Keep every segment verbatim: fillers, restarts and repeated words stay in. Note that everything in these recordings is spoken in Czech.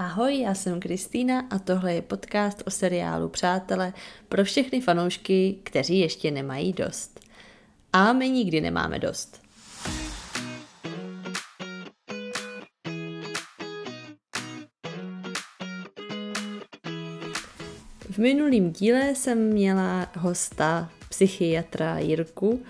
Ahoj, já jsem Kristýna a tohle je podcast o seriálu Přátelé pro všechny fanoušky, kteří ještě nemají dost. A my nikdy nemáme dost. V minulém díle jsem měla hosta, psychiatra Jirku,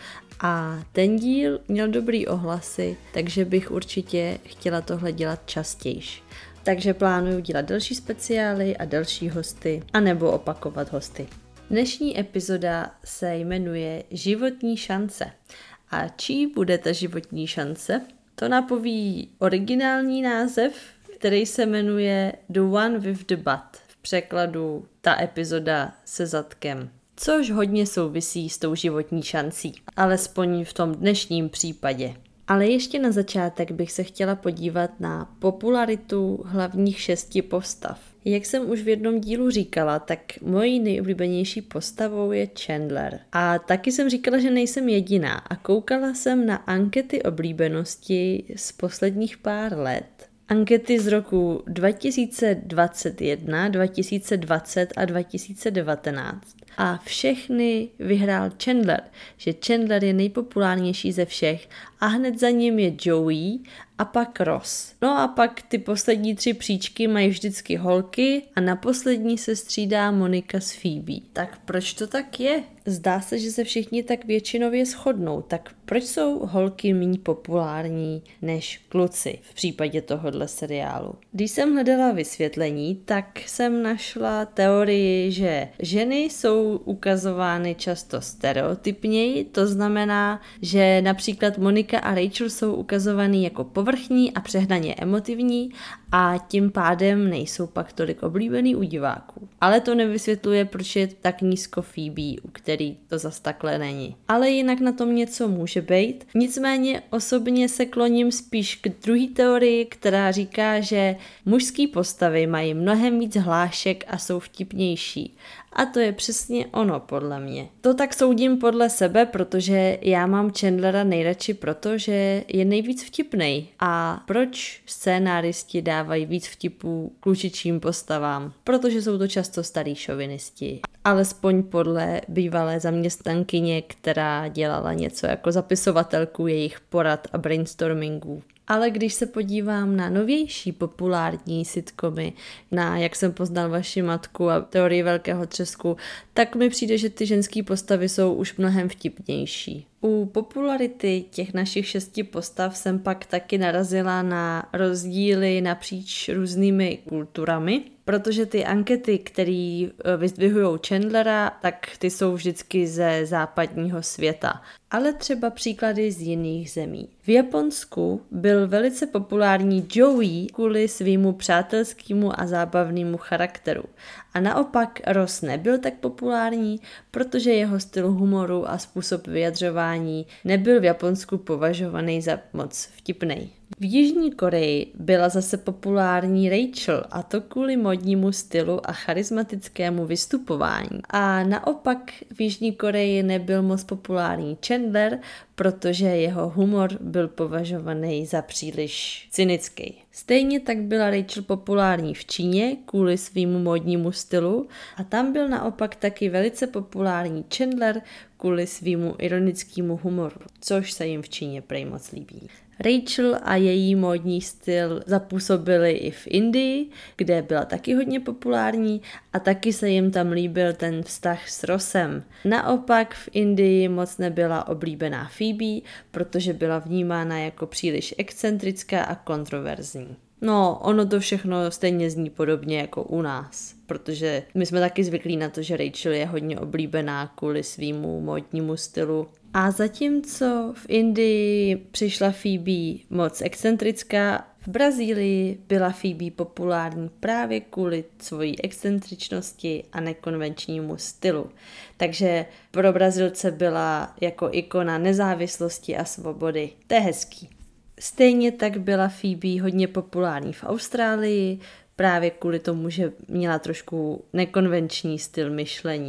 a ten díl měl dobrý ohlasy, takže bych určitě chtěla tohle dělat častějš. Takže plánuju dělat další speciály a další hosty, anebo opakovat hosty. Dnešní epizoda se jmenuje Životní šance. A čí bude ta životní šance? To napoví originální název, který se jmenuje The One with the Butt. V překladu ta epizoda se zadkem. Což hodně souvisí s tou životní šancí, alespoň v tom dnešním případě. Ale ještě na začátek bych se chtěla podívat na popularitu hlavních šesti postav. Jak jsem už v jednom dílu říkala, tak mojí nejoblíbenější postavou je Chandler. A taky jsem říkala, že nejsem jediná a koukala jsem na ankety oblíbenosti z posledních pár let. Ankety z roku dva tisíce dvacet jedna, dva tisíce dvacet a dva tisíce devatenáct. A všechny vyhrál Chandler, že Chandler je nejpopulárnější ze všech a hned za ním je Joey a pak Ross. No a pak ty poslední tři příčky mají vždycky holky a na poslední se střídá Monika s Phoebe. Tak proč to tak je? Zdá se, že se všichni tak většinově shodnou, tak proč jsou holky méně populární než kluci v případě tohohle seriálu? Když jsem hledala vysvětlení, tak jsem našla teorii, že ženy jsou ukazovány často stereotypněji, to znamená, že například Monika a Rachel jsou ukazovaný jako povrchní a přehnaně emotivní a tím pádem nejsou pak tolik oblíbený u diváků. Ale to nevysvětluje, proč je tak nízko Phoebe, u který to zas takhle není. Ale jinak na tom něco může být. Nicméně osobně se kloním spíš k druhé teorii, která říká, že mužský postavy mají mnohem víc hlášek a jsou vtipnější. A to je přesně ono, podle mě. To tak soudím podle sebe, protože já mám Chandlera nejradši proto, že je nejvíc vtipnej. A proč scénáristi dávají víc vtipů klučičím postavám? Protože jsou to často starý šovinisti. Alespoň podle bývalé zaměstnankyně, která dělala něco jako zapisovatelku jejich porad a brainstormingů. Ale když se podívám na novější populární sitcomy, na Jak jsem poznal vaši matku a Teorii velkého třesku, tak mi přijde, že ty ženské postavy jsou už mnohem vtipnější. U popularity těch našich šesti postav jsem pak taky narazila na rozdíly napříč různými kulturami, protože ty ankety, které vyzdvihují Chandlera, tak ty jsou vždycky ze západního světa. Ale třeba příklady z jiných zemí. V Japonsku byl velice populární Joey kvůli svýmu přátelskému a zábavnému charakteru. A naopak Ross nebyl tak populární, protože jeho styl humoru a způsob vyjadřování nebyl v Japonsku považovaný za moc vtipnej. V Jižní Koreji byla zase populární Rachel, a to kvůli modnímu stylu a charismatickému vystupování. A naopak v Jižní Koreji nebyl moc populární Chandler, protože jeho humor byl považovaný za příliš cynický. Stejně tak byla Rachel populární v Číně kvůli svýmu módnímu stylu a tam byl naopak taky velice populární Chandler kvůli svýmu ironickému humoru, což se jim v Číně prej moc líbí. Rachel a její módní styl zapůsobili i v Indii, kde byla taky hodně populární a taky se jim tam líbil ten vztah s Rossem. Naopak v Indii moc nebyla oblíbená Phoebe, protože byla vnímána jako příliš excentrická a kontroverzní. No, ono to všechno stejně zní podobně jako u nás, protože my jsme taky zvyklí na to, že Rachel je hodně oblíbená kvůli svýmu módnímu stylu. A zatímco v Indii přišla Phoebe moc excentrická, v Brazílii byla Phoebe populární právě kvůli svojí excentričnosti a nekonvenčnímu stylu. Takže pro Brazilce byla jako ikona nezávislosti a svobody. To je hezký. Stejně tak byla Phoebe hodně populární v Austrálii, právě kvůli tomu, že měla trošku nekonvenční styl myšlení.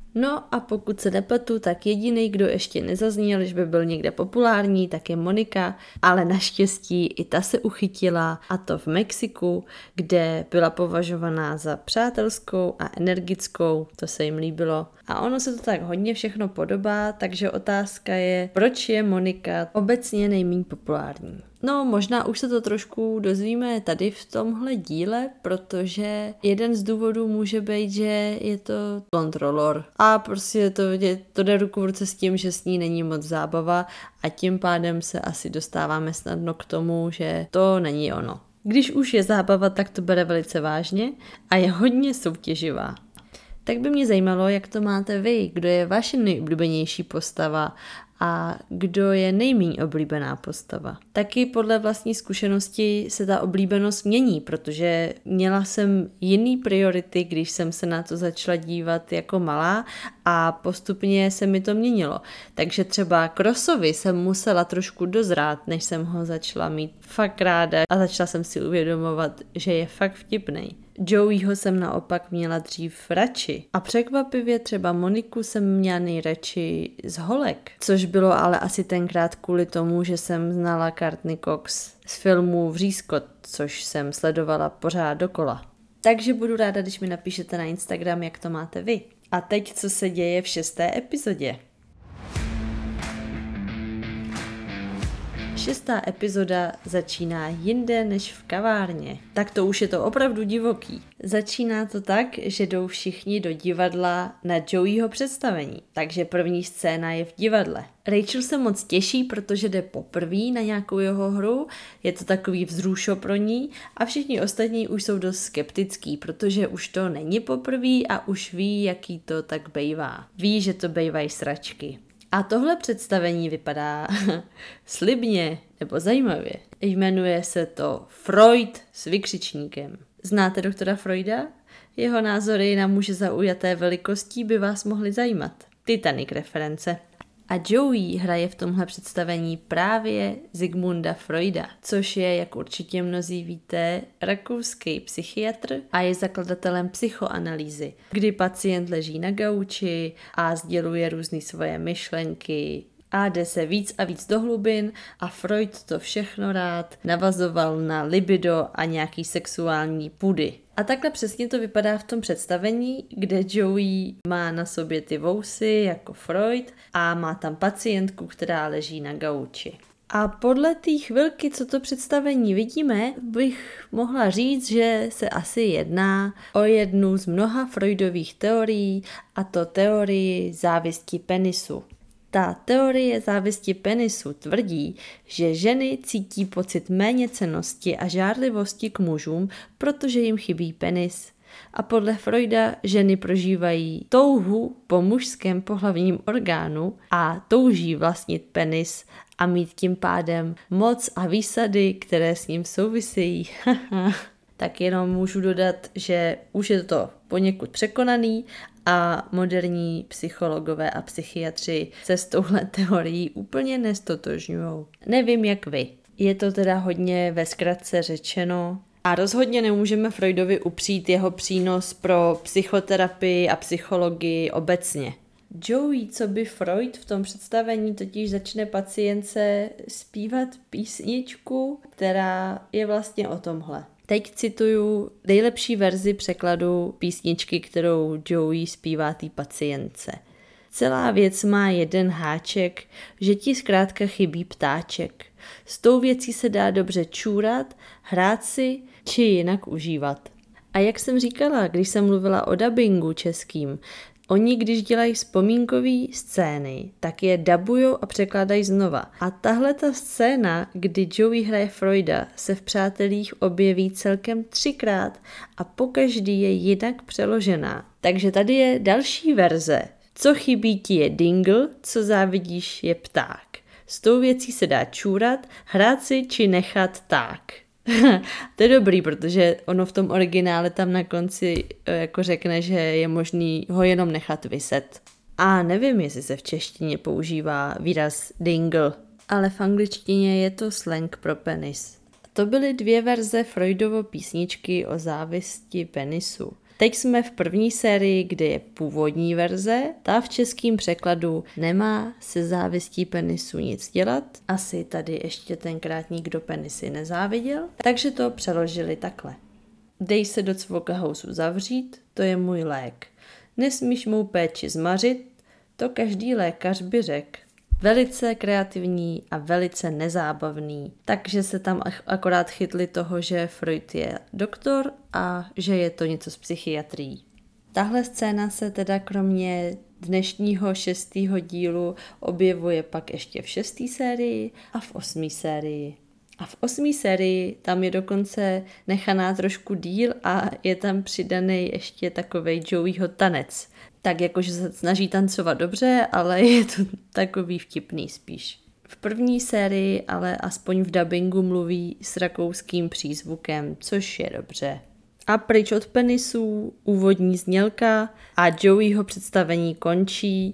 No a pokud se nepletu, tak jediný, kdo ještě nezazněl, že by byl někde populární, tak je Monika, ale naštěstí i ta se uchytila, a to v Mexiku, kde byla považovaná za přátelskou a energickou, to se jim líbilo. A ono se to tak hodně všechno podobá, takže otázka je, proč je Monika obecně nejméně populární. No, možná už se to trošku dozvíme tady v tomhle díle, protože jeden z důvodů může být, že je to kontrolor. A prostě to, to jde ruku v ruce s tím, že s ní není moc zábava a tím pádem se asi dostáváme snadno k tomu, že to není ono. Když už je zábava, tak to bere velice vážně a je hodně soutěživá. Tak by mě zajímalo, jak to máte vy, kdo je vaše nejoblíbenější postava a kdo je nejméně oblíbená postava. Taky podle vlastní zkušenosti se ta oblíbenost mění, protože měla jsem jiný priority, když jsem se na to začala dívat jako malá a postupně se mi to měnilo. Takže třeba Crossovi jsem musela trošku dozrát, než jsem ho začala mít fakt ráda a začala jsem si uvědomovat, že je fakt vtipnej. Joeyho jsem naopak měla dřív radši. A překvapivě třeba Moniku jsem měla nejradši z Holek, což bylo ale asi tenkrát kvůli tomu, že jsem znala Courteney Cox z filmu Vřízkot, což jsem sledovala pořád dokola. Takže budu ráda, když mi napíšete na Instagram, jak to máte vy. A teď, co se děje v šesté epizodě. Šestá epizoda začíná jinde než v kavárně. Tak to už je to opravdu divoký. Začíná to tak, že jdou všichni do divadla na Joeyho představení. Takže první scéna je v divadle. Rachel se moc těší, protože jde poprvé na nějakou jeho hru, je to takový vzrušo pro ní a všichni ostatní už jsou dost skeptický, protože už to není poprvé a už ví, jaký to tak bejvá. Ví, že to bejvají sračky. A tohle představení vypadá slibně nebo zajímavě. Jmenuje se to Freud s vykřičníkem. Znáte doktora Freuda? Jeho názory na muže zaujaté velikostí by vás mohly zajímat. Titanic reference. A Joey hraje v tomhle představení právě Sigmunda Freuda, což je, jak určitě mnozí víte, rakouský psychiatr a je zakladatelem psychoanalýzy, kdy pacient leží na gauči a sděluje různé svoje myšlenky a jde se víc a víc do hlubin a Freud to všechno rád navazoval na libido a nějaký sexuální pudy. A takhle přesně to vypadá v tom představení, kde Joey má na sobě ty vousy jako Freud a má tam pacientku, která leží na gauči. A podle té chvilky, co to představení vidíme, bych mohla říct, že se asi jedná o jednu z mnoha Freudových teorií, a to teorii závisti penisu. Ta teorie závisti penisu tvrdí, že ženy cítí pocit méněcennosti a žárlivosti k mužům, protože jim chybí penis. A podle Freuda ženy prožívají touhu po mužském pohlavním orgánu a touží vlastnit penis a mít tím pádem moc a výsady, které s ním souvisejí. Tak jenom můžu dodat, že už je to poněkud překonaný a moderní psychologové a psychiatři se s touhle teorií úplně nestotožňují. Nevím jak vy. Je to teda hodně ve zkratce řečeno a rozhodně nemůžeme Freudovi upřít jeho přínos pro psychoterapii a psychologii obecně. Joey, co by Freud v tom představení totiž začne pacientce zpívat písničku, která je vlastně o tomhle. Teď cituju nejlepší verzi překladu písničky, kterou Joey zpívá té pacientce. Celá věc má jeden háček, že ti zkrátka chybí ptáček. S tou věcí se dá dobře čůrat, hrát si či jinak užívat. A jak jsem říkala, když jsem mluvila o dabingu českým, oni, když dělají vzpomínkové scény, tak je dabujou a překládají znova. A tahle ta scéna, kdy Joey hraje Freuda, se v Přátelích objeví celkem třikrát a pokaždý je jinak přeložená. Takže tady je další verze. Co chybí ti je dingle, co závidíš je pták. S tou věcí se dá čůrat, hrát si či nechat tak. To je dobrý, protože ono v tom originále tam na konci jako řekne, že je možný ho jenom nechat viset. A nevím, jestli se v češtině používá výraz dingle, ale v angličtině je to slang pro penis. To byly dvě verze Freudovo písničky o závisti penisu. Teď jsme v první sérii, kde je původní verze, ta v českém překladu nemá se závistí penisu nic dělat, asi tady ještě tenkrát nikdo penisy nezáviděl, takže to přeložili takhle. Dej se do cvokahousu zavřít, to je můj lék. Nesmíš mou péči zmařit, to každý lékař by řekl. Velice kreativní a velice nezábavný, takže se tam akorát chytli toho, že Freud je doktor a že je to něco s psychiatrií. Tahle scéna se teda kromě dnešního šestého dílu objevuje pak ještě v šesté sérii a v osmé sérii. A v osmé sérii tam je dokonce nechaná trošku díl a je tam přidaný ještě takovej Joeyho tanec. Tak jakože se snaží tancovat dobře, ale je to takový vtipný spíš. V první sérii ale aspoň v dabingu mluví s rakouským přízvukem, což je dobře. A pryč od penisů, úvodní znělka a Joeyho představení končí.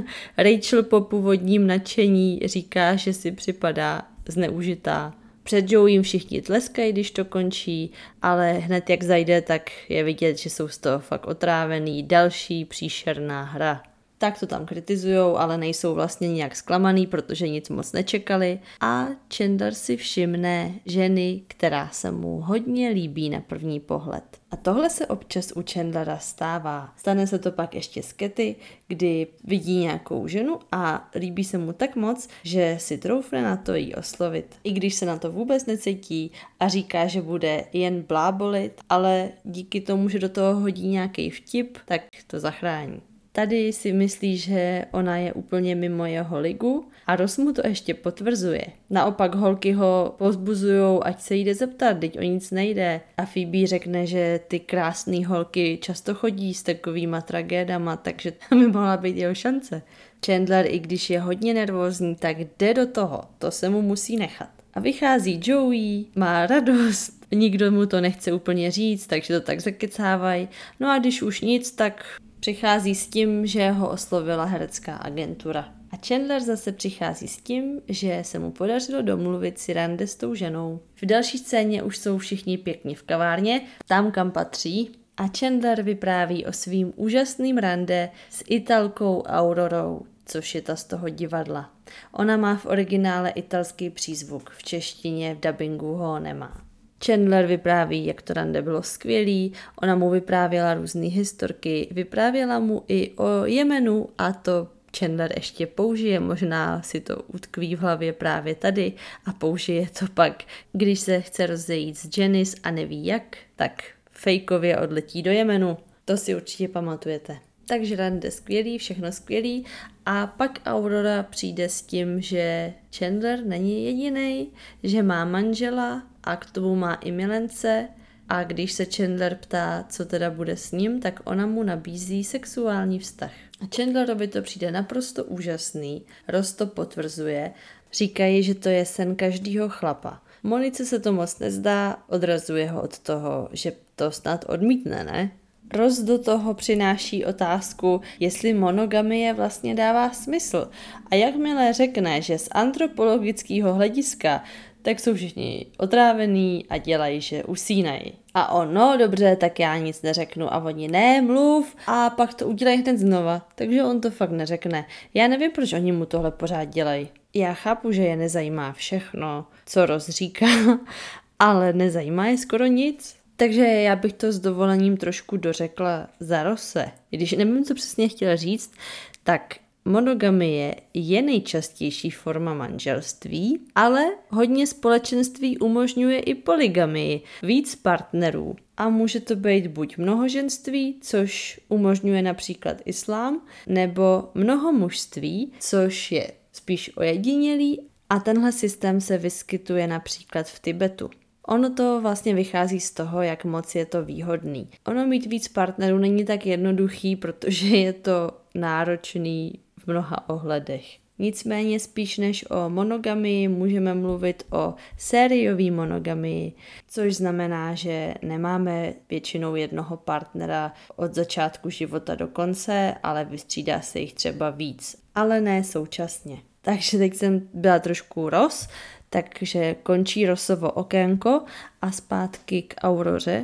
Rachel po původním nadšení říká, že si připadá zneužitá. Před Joeyem všichni tleskají, když to končí, ale hned jak zajde, tak je vidět, že jsou z toho fakt otrávený. Další příšerná hra. Tak to tam kritizujou, ale nejsou vlastně nějak zklamaný, protože nic moc nečekali. A Chandler si všimne ženy, která se mu hodně líbí na první pohled. A tohle se občas u Chandlera stává. Stane se to pak ještě s Katy, kdy vidí nějakou ženu a líbí se mu tak moc, že si troufne na to jí oslovit. I když se na to vůbec necítí a říká, že bude jen blábolit, ale díky tomu, že do toho hodí nějaký vtip, tak to zachrání. Tady si myslí, že ona je úplně mimo jeho ligu a Ross mu to ještě potvrzuje. Naopak holky ho povzbuzujou, ať se jde zeptat, teď o nic nejde. A Phoebe řekne, že ty krásné holky často chodí s takovýma tragédama, takže tam by mohla být jeho šance. Chandler, i když je hodně nervózní, tak jde do toho, to se mu musí nechat. A vychází Joey, má radost, nikdo mu to nechce úplně říct, takže to tak zakecávají. No a když už nic, tak přichází s tím, že ho oslovila herecká agentura. A Chandler zase přichází s tím, že se mu podařilo domluvit si rande s tou ženou. V další scéně už jsou všichni pěkně v kavárně, tam kam patří, a Chandler vypráví o svým úžasným rande s Italkou Aurorou, což je ta z toho divadla. Ona má v originále italský přízvuk, v češtině v dabingu ho nemá. Chandler vypráví, jak to rande bylo skvělý, ona mu vyprávěla různé historky, vyprávěla mu i o Jemenu a to Chandler ještě použije, možná si to utkví v hlavě právě tady a použije to pak, když se chce rozejít s Janice a neví jak, tak fejkově odletí do Jemenu. To si určitě pamatujete. Takže rande skvělý, všechno skvělý a pak Aurora přijde s tím, že Chandler není jedinej, že má manžela a k tomu má i milence a když se Chandler ptá, co teda bude s ním, tak ona mu nabízí sexuální vztah. A Chandlerovi to přijde naprosto úžasný, Ross to potvrzuje, říkají, že to je sen každýho chlapa. Monice se to moc nezdá, odrazuje ho od toho, že to snad odmítne, ne? Ross do toho přináší otázku, jestli monogamie vlastně dává smysl. A jakmile řekne, že z antropologického hlediska, tak jsou všichni otrávený a dělají, že usínají. A on, no dobře, tak já nic neřeknu a oni, ne, mluv a pak to udělají hned znova. Takže on to fakt neřekne. Já nevím, proč oni mu tohle pořád dělají. Já chápu, že je nezajímá všechno, co Ross říká, ale nezajímá je skoro nic. Takže já bych to s dovolením trošku dořekla za Rosse. Když nevím, co přesně chtěla říct, tak monogamie je nejčastější forma manželství, ale hodně společenství umožňuje i polygamii, víc partnerů. A může to být buď mnohoženství, což umožňuje například islám, nebo mnohomužství, což je spíš ojedinělý a tenhle systém se vyskytuje například v Tibetu. Ono to vlastně vychází z toho, jak moc je to výhodný. Ono mít víc partnerů není tak jednoduchý, protože je to náročný v mnoha ohledech. Nicméně spíš než o monogamii můžeme mluvit o sériové monogamii, což znamená, že nemáme většinou jednoho partnera od začátku života do konce, ale vystřídá se jich třeba víc, ale ne současně. Takže teď jsem byla trošku Ross, takže končí Rossovo okénko a zpátky k Auroře.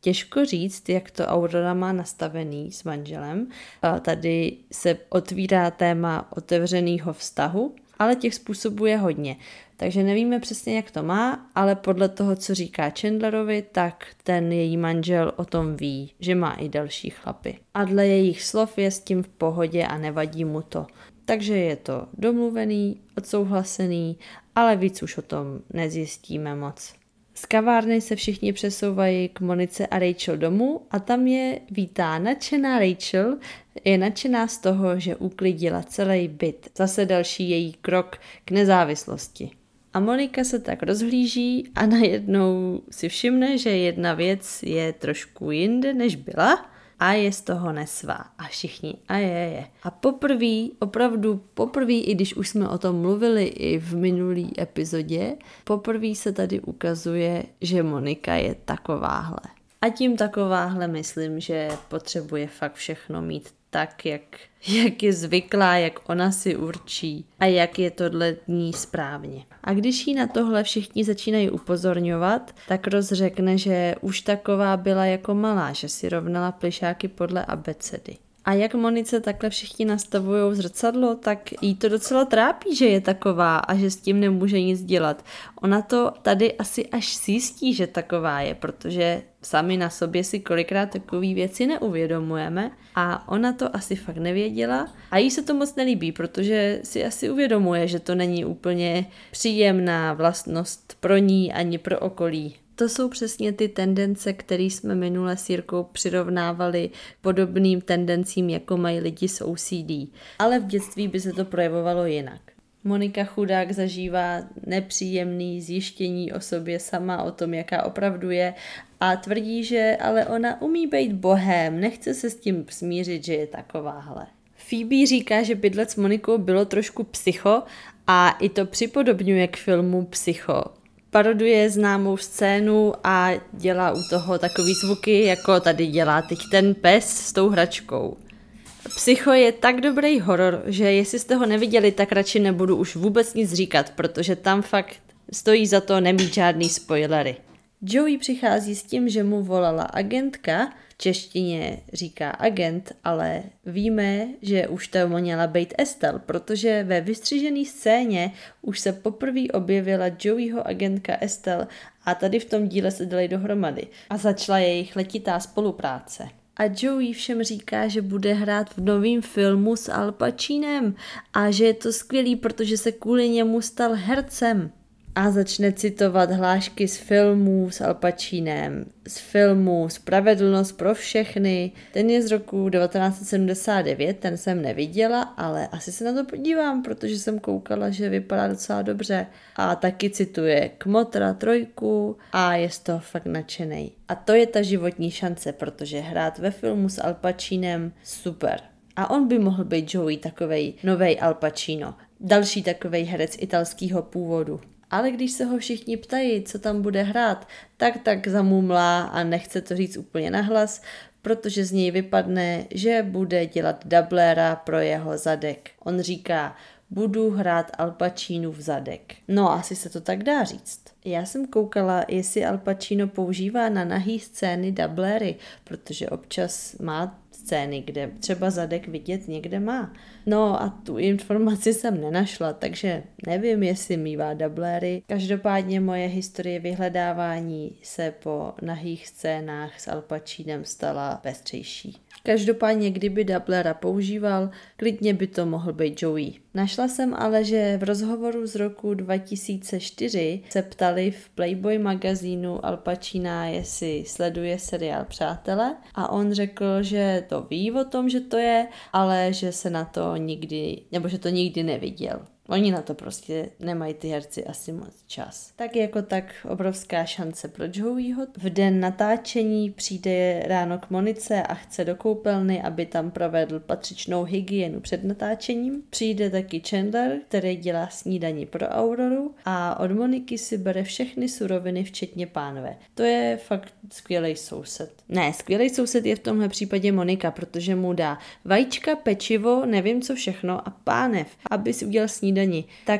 Těžko říct, jak to Aurora má nastavený s manželem. Tady se otvírá téma otevřeného vztahu, ale těch způsobů je hodně. Takže nevíme přesně, jak to má, ale podle toho, co říká Chandlerovi, tak ten její manžel o tom ví, že má i další chlapy. A dle jejich slov je s tím v pohodě a nevadí mu to. Takže je to domluvený, odsouhlasený, ale víc už o tom nezjistíme moc. Z kavárny se všichni přesouvají k Monice a Rachel domů a tam je vítá nadšená Rachel, je nadšená z toho, že uklidila celý byt. Zase další její krok k nezávislosti. A Monika se tak rozhlíží a najednou si všimne, že jedna věc je trošku jinde, než byla a je z toho nesvá. A všichni, a je, je. A poprvé, opravdu poprvé, i když už jsme o tom mluvili i v minulý epizodě, poprvé se tady ukazuje, že Monika je takováhle. A tím takováhle myslím, že potřebuje fakt všechno mít tak, jak, jak je zvyklá, jak ona si určí a jak je tohle ní správně. A když jí na tohle všichni začínají upozorňovat, tak rozřekne, že už taková byla jako malá, že si rovnala plišáky podle abecedy. A jak Monice takhle všichni nastavují zrcadlo, tak jí to docela trápí, že je taková a že s tím nemůže nic dělat. Ona to tady asi až zjistí, že taková je, protože sami na sobě si kolikrát takové věci neuvědomujeme a ona to asi fakt nevěděla a jí se to moc nelíbí, protože si asi uvědomuje, že to není úplně příjemná vlastnost pro ní ani pro okolí. To jsou přesně ty tendence, které jsme minule s Jirkou přirovnávali podobným tendencím, jako mají lidi s O C D. Ale v dětství by se to projevovalo jinak. Monika chudák zažívá nepříjemný zjištění o sobě sama, o tom, jaká opravdu je a tvrdí, že ale ona umí být bohem, nechce se s tím smířit, že je takováhle. Phoebe říká, že bydlet s Monikou bylo trošku psycho a i to připodobňuje k filmu Psycho. Paroduje známou scénu a dělá u toho takový zvuky, jako tady dělá teď ten pes s tou hračkou. Psycho je tak dobrý horor, že jestli jste ho neviděli, tak radši nebudu už vůbec nic říkat, protože tam fakt stojí za to nemít žádný spoilery. Joey přichází s tím, že mu volala agentka, v češtině říká agent, ale víme, že už to měla být Estelle, protože ve vystřižené scéně už se poprvé objevila Joeyho agentka Estelle a tady v tom díle se dali dohromady a začala jejich letitá spolupráce. A Joey všem říká, že bude hrát v novém filmu s Al Pacinem a že je to skvělý, protože se kvůli němu stal hercem. A začne citovat hlášky z filmů s Al Pacinem, z filmu Spravedlnost pro všechny. Ten je z roku devatenáct set sedmdesát devět, ten jsem neviděla, ale asi se na to podívám, protože jsem koukala, že vypadá docela dobře. A taky cituje Kmotra trojku a je z toho fakt nadšenej. A to je ta životní šance, protože hrát ve filmu s Al Pacinem super. A on by mohl být Joey, takovej novej Al Pacino. Další takovej herec italského původu. Ale když se ho všichni ptají, co tam bude hrát, tak tak zamumlá a nechce to říct úplně nahlas, protože z něj vypadne, že bude dělat dublera pro jeho zadek. On říká, budu hrát Al Pacinu v zadek. No, asi se to tak dá říct. Já jsem koukala, jestli Al Pacino používá na nahý scény dubléry, protože občas má scény, kde třeba zadek vidět někde má. No a tu informaci jsem nenašla, takže nevím, jestli mívá dubléry. Každopádně moje historie vyhledávání se po nahých scénách s Al Pacinem stala pestřejší. Každopádně, kdyby dublera používal, klidně by to mohl být Joey. Našla jsem ale, že v rozhovoru z roku dva tisíce čtyři se ptali v Playboy magazínu Al Pacina, jestli sleduje seriál Přátelé a on řekl, že to ví o tom, že to je, ale že se na to nikdy, nebo že to nikdy neviděl. Oni na to prostě nemají ty herci asi moc čas. Tak jako tak obrovská šance pro Joeyho. V den natáčení přijde ráno k Monice a chce do koupelny, aby tam provedl patřičnou hygienu před natáčením. Přijde taky Chandler, který dělá snídani pro Auroru a od Moniky si bere všechny suroviny, včetně pánve. To je fakt skvělej soused. Ne, skvělej soused je v tomhle případě Monika, protože mu dá vajíčka, pečivo, nevím co všechno a pánev, aby si udělal snídani. Tak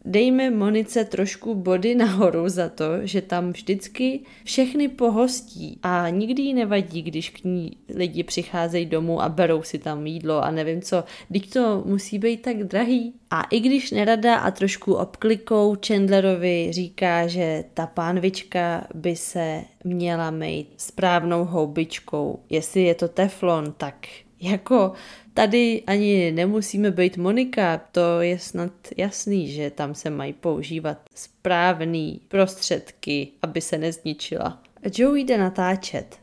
dejme Monice trošku body nahoru za to, že tam vždycky všechny pohostí a nikdy jí nevadí, když k ní lidi přicházejí domů a berou si tam jídlo a nevím co, když to musí být tak drahý. A i když nerada a trošku obklikou Chandlerovi říká, že ta pánvička by se měla mít správnou houbičkou, jestli je to teflon, tak jako tady ani nemusíme být Monika, to je snad jasný, že tam se mají používat správný prostředky, aby se nezničila. Joey jde natáčet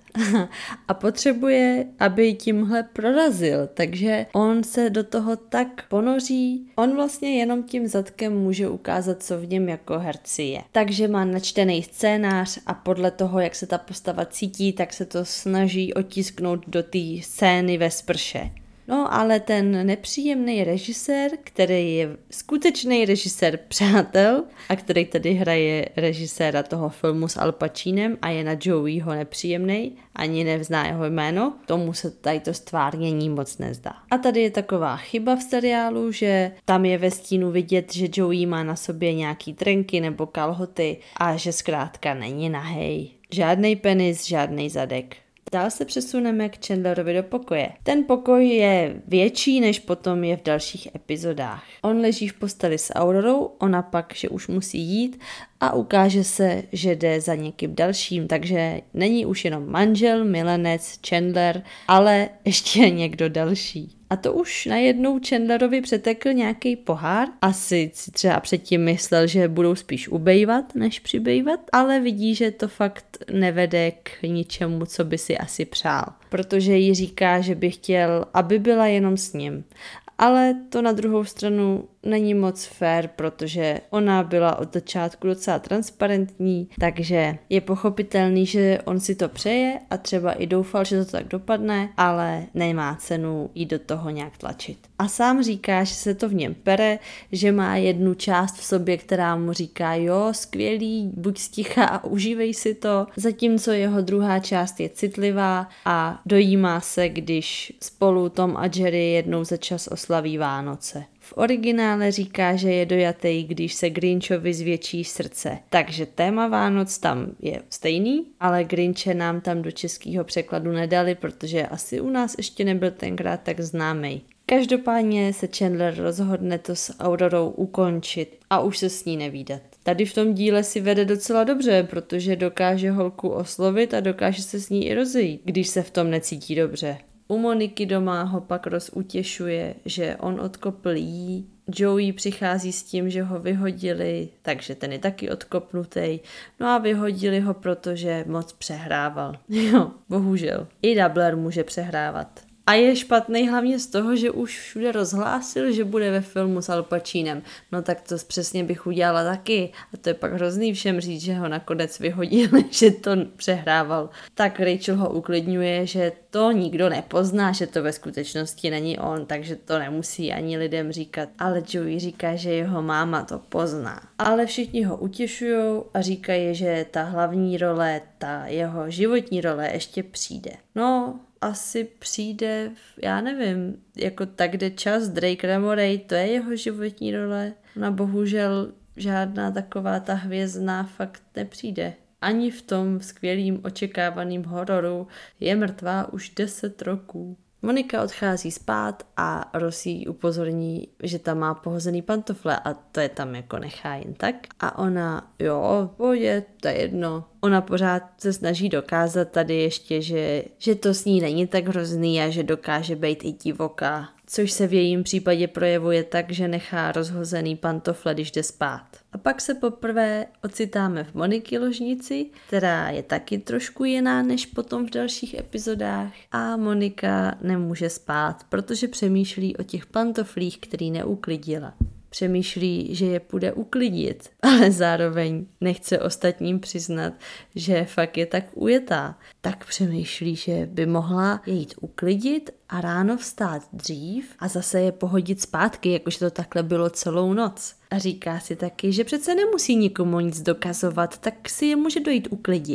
a potřebuje, aby tímhle prorazil, takže on se do toho tak ponoří, on vlastně jenom tím zadkem může ukázat, co v něm jako herci je. Takže má načtený scénář a podle toho, jak se ta postava cítí, tak se to snaží otisknout do té scény ve sprše. No ale ten nepříjemný režisér, který je skutečný režisér Přátel a který tady hraje režiséra toho filmu s Al Pacinem a je na Joeyho nepříjemný, ani nevzná jeho jméno, tomu se tady to stvárnění moc nezdá. A tady je taková chyba v seriálu, že tam je ve stínu vidět, že Joey má na sobě nějaký trenky nebo kalhoty a že zkrátka není nahej. Žádnej penis, žádnej zadek. Dál se přesuneme k Chandlerovi do pokoje. Ten pokoj je větší, než potom je v dalších epizodách. On leží v posteli s Aurorou, ona pak, že už musí jít a ukáže se, že jde za někým dalším, takže není už jenom manžel, milenec, Chandler, ale ještě někdo další. A to už najednou Chandlerovi přetekl nějaký pohár. Asi si třeba předtím myslel, že budou spíš ubejvat, než přibejvat, ale vidí, že to fakt nevede k ničemu, co by si asi přál. Protože jí říká, že by chtěl, aby byla jenom s ním. Ale to na druhou stranu není moc fér, protože ona byla od začátku docela transparentní, takže je pochopitelný, že on si to přeje a třeba i doufal, že to tak dopadne, ale nemá cenu jít do toho nějak tlačit. A sám říká, že se to v něm pere, že má jednu část v sobě, která mu říká, jo, skvělý, buď sticha a užívej si to, zatímco jeho druhá část je citlivá a dojímá se, když spolu Tom a Jerry jednou za čas oslaví Vánoce. V originále říká, že je dojatý, když se Grinchovi zvětší srdce. Takže téma Vánoc tam je stejný, ale Grinche nám tam do českého překladu nedali, protože asi u nás ještě nebyl tenkrát tak známej. Každopádně se Chandler rozhodne to s Aurorou ukončit a už se s ní nevídat. Tady v tom díle si vede docela dobře, protože dokáže holku oslovit a dokáže se s ní i rozejít, když se v tom necítí dobře. U Moniky doma ho pak rozutěšuje, že on odkopl jí, Joey přichází s tím, že ho vyhodili, takže ten je taky odkopnutý, no a vyhodili ho, protože moc přehrával. Jo, bohužel. I Doubler může přehrávat. A je špatný hlavně z toho, že už všude rozhlásil, že bude ve filmu s Al Pacinem. No tak to přesně bych udělala taky. A to je pak hrozný všem říct, že ho nakonec vyhodili, že to přehrával. Tak Rachel ho uklidňuje, že to nikdo nepozná, že to ve skutečnosti není on, takže to nemusí ani lidem říkat. Ale Joey říká, že jeho máma to pozná. Ale všichni ho utěšují a říkají, že ta hlavní role, ta jeho životní role ještě přijde. No, asi přijde, já nevím, jako tak jde čas, Drake Ramoray, to je jeho životní role. Ona bohužel žádná taková ta hvězdná fakt nepřijde. Ani v tom skvělým očekávaným hororu je mrtvá už deset roků. Monika odchází spát a Ross jí upozorní, že tam má pohozený pantofle a to je tam jako nechá jen tak. A ona, jo, pohodě, to je jedno. Ona pořád se snaží dokázat tady ještě, že, že to s ní není tak hrozný a že dokáže být i divoká. Což se v jejím případě projevuje tak, že nechá rozhozený pantofle, když jde spát. A pak se poprvé ocitáme v Moniky ložnici, která je taky trošku jiná než potom v dalších epizodách. A Monika nemůže spát, protože přemýšlí o těch pantoflích, který neuklidila. Přemýšlí, že je půjde uklidit, ale zároveň nechce ostatním přiznat, že fakt je tak ujetá. Tak přemýšlí, že by mohla je jít uklidit a ráno vstát dřív a zase je pohodit zpátky, jakože to takhle bylo celou noc. A říká si taky, že přece nemusí nikomu nic dokazovat, tak si je může dojít uklidit.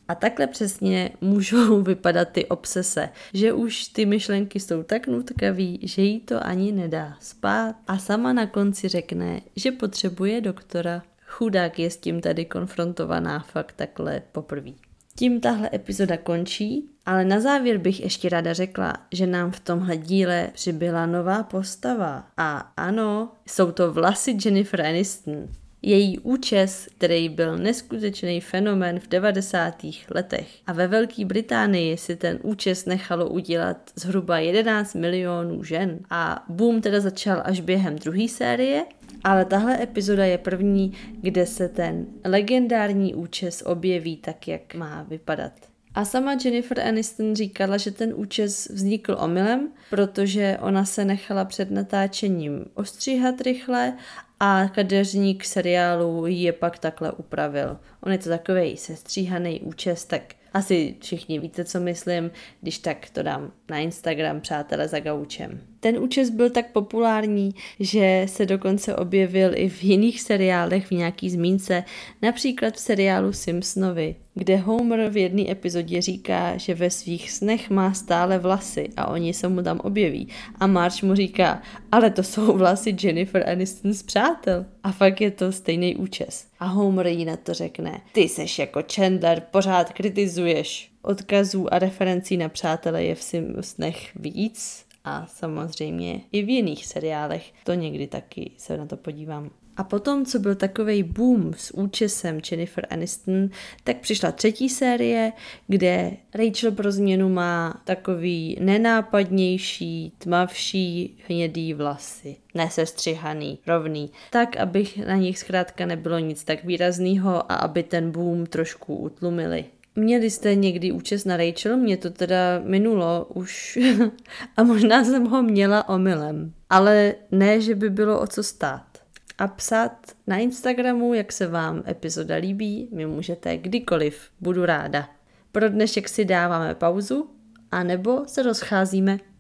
A takhle přesně můžou vypadat ty obsese, že už ty myšlenky jsou tak nutkavý, že jí to ani nedá spát a sama na konci řekne, že potřebuje doktora. Chudák je s tím tady konfrontovaná fakt takhle poprvé. Tím tahle epizoda končí, ale na závěr bych ještě ráda řekla, že nám v tomhle díle přibyla nová postava. A ano, jsou to vlasy Jennifer Aniston. Její účes, který byl neskutečný fenomén v devadesátých letech. A ve Velké Británii si ten účes nechalo udělat zhruba jedenáct milionů žen. A boom teda začal až během druhé série, ale tahle epizoda je první, kde se ten legendární účes objeví tak, jak má vypadat. A sama Jennifer Aniston říkala, že ten účes vznikl omylem, protože ona se nechala před natáčením ostříhat rychle a kadeřník seriálu je pak takhle upravil. On je to takovej sestříhaný účes, tak asi všichni víte, co myslím, když tak to dám na Instagram, přátelé za gaučem. Ten účes byl tak populární, že se dokonce objevil i v jiných seriálech v nějaký zmínce, například v seriálu Simpsonovi, kde Homer v jedné epizodě říká, že ve svých snech má stále vlasy a oni se mu tam objeví. A Marge mu říká, ale to jsou vlasy Jennifer Aniston z Přátel. A fakt je to stejný účes. A Homer jí na to řekne, ty seš jako Chandler, pořád kritizuješ. Odkazů a referencí na Přátele je v snech víc a samozřejmě i v jiných seriálech. To někdy taky se na to podívám. A potom, co byl takovej boom s účesem Jennifer Aniston, tak přišla třetí série, kde Rachel pro změnu má takový nenápadnější, tmavší, hnědý vlasy. Nesestřihaný, rovný. Tak, aby na nich zkrátka nebylo nic tak výraznýho a aby ten boom trošku utlumili. Měli jste někdy účes na Rachel? Mě to teda minulo už a možná jsem ho měla omylem. Ale ne, že by bylo o co stát. A psát na Instagramu, jak se vám epizoda líbí, mi můžete kdykoliv, budu ráda. Pro dnešek si dáváme pauzu, anebo se rozcházíme.